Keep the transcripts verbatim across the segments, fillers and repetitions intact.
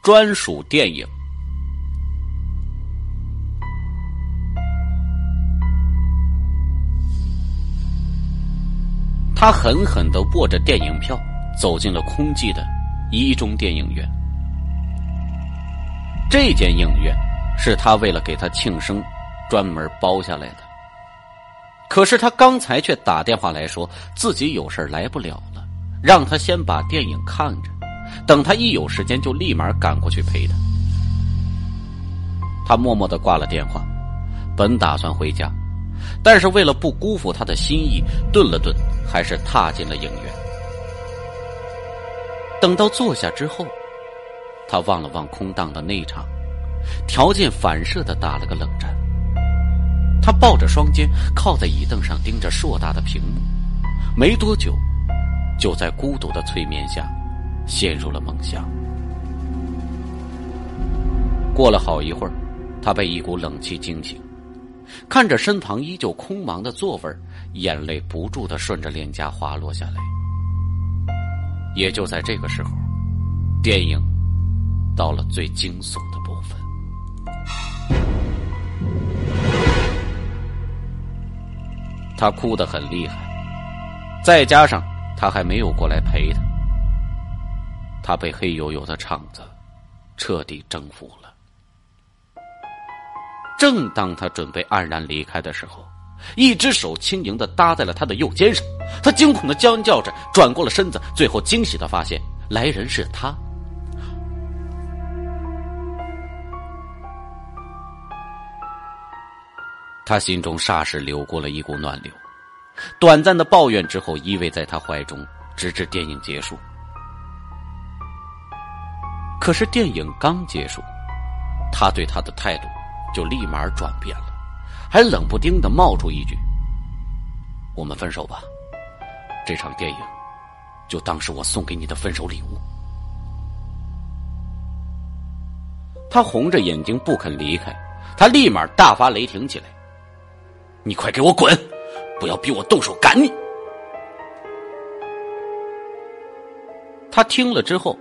专属电影。他狠狠地握着电影票，走进了空寂的一中电影院。这间影院是他为了给他庆生专门包下来的，可是他刚才却打电话来说自己有事来不了了，让他先把电影看着，等他一有时间就立马赶过去陪他。他默默地挂了电话，本打算回家，但是为了不辜负他的心意，顿了顿，还是踏进了影院。等到坐下之后，他望了望空荡的内场，条件反射地打了个冷战。他抱着双肩靠在椅凳上，盯着硕大的屏幕，没多久就在孤独的催眠下陷入了梦乡。过了好一会儿，他被一股冷气惊醒，看着身旁依旧空茫的座位，眼泪不住地顺着脸颊滑落下来。也就在这个时候，电影到了最惊悚的部分。他哭得很厉害，再加上他还没有过来陪他，他被黑黝黝的场子彻底征服了。正当他准备黯然离开的时候，一只手轻盈地搭在了他的右肩上，他惊恐地尖叫着转过了身子，最后惊喜地发现来人是他。他心中霎时流过了一股暖流，短暂的抱怨之后依偎在他怀中，直至电影结束。可是电影刚结束，他对他的态度就立马转变了，还冷不丁地冒出一句：我们分手吧，这场电影就当是我送给你的分手礼物。他红着眼睛不肯离开，他立马大发雷霆起来：你快给我滚，不要逼我动手赶你。他听了之后，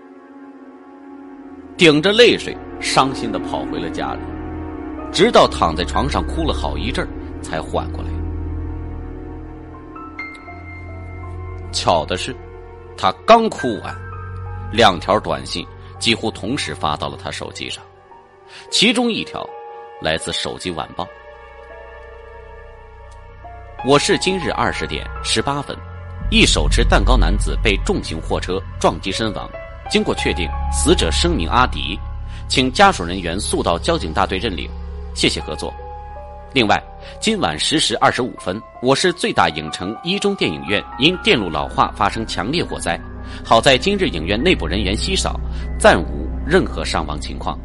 顶着泪水伤心地跑回了家里，直到躺在床上哭了好一阵才缓过来。巧的是，他刚哭完，两条短信几乎同时发到了他手机上，其中一条来自手机晚报：我是今日二十点十八分，一手持蛋糕男子被重型货车撞击身亡，经过确定，死者声名阿迪，请家属人员速到交警大队认领，谢谢合作。另外，今晚十时二十五分，我市最大影城一中电影院因电路老化发生强烈火灾，好在今日影院内部人员稀少，暂无任何伤亡情况。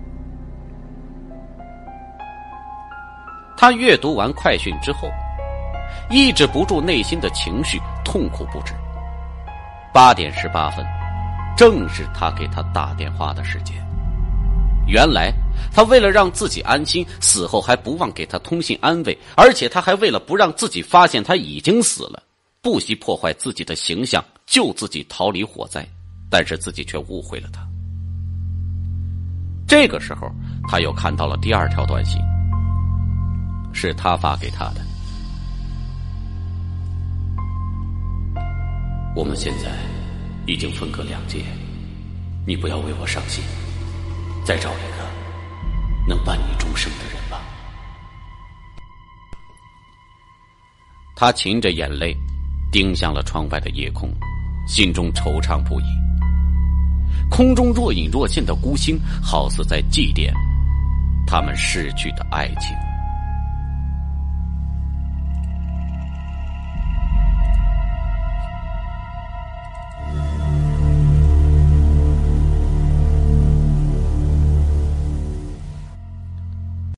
他阅读完快讯之后，抑制不住内心的情绪，痛苦不止。八点十八分，正是他给他打电话的时间。原来他为了让自己安心，死后还不忘给他通信安慰，而且他还为了不让自己发现他已经死了，不惜破坏自己的形象，救自己逃离火灾，但是自己却误会了他。这个时候他又看到了第二条短信，是他发给他的：我们现在已经分隔两界，你不要为我伤心，再找一个能伴你终生的人吧。他噙着眼泪盯向了窗外的夜空，心中惆怅不已。空中若隐若现的孤星，好似在祭奠他们逝去的爱情。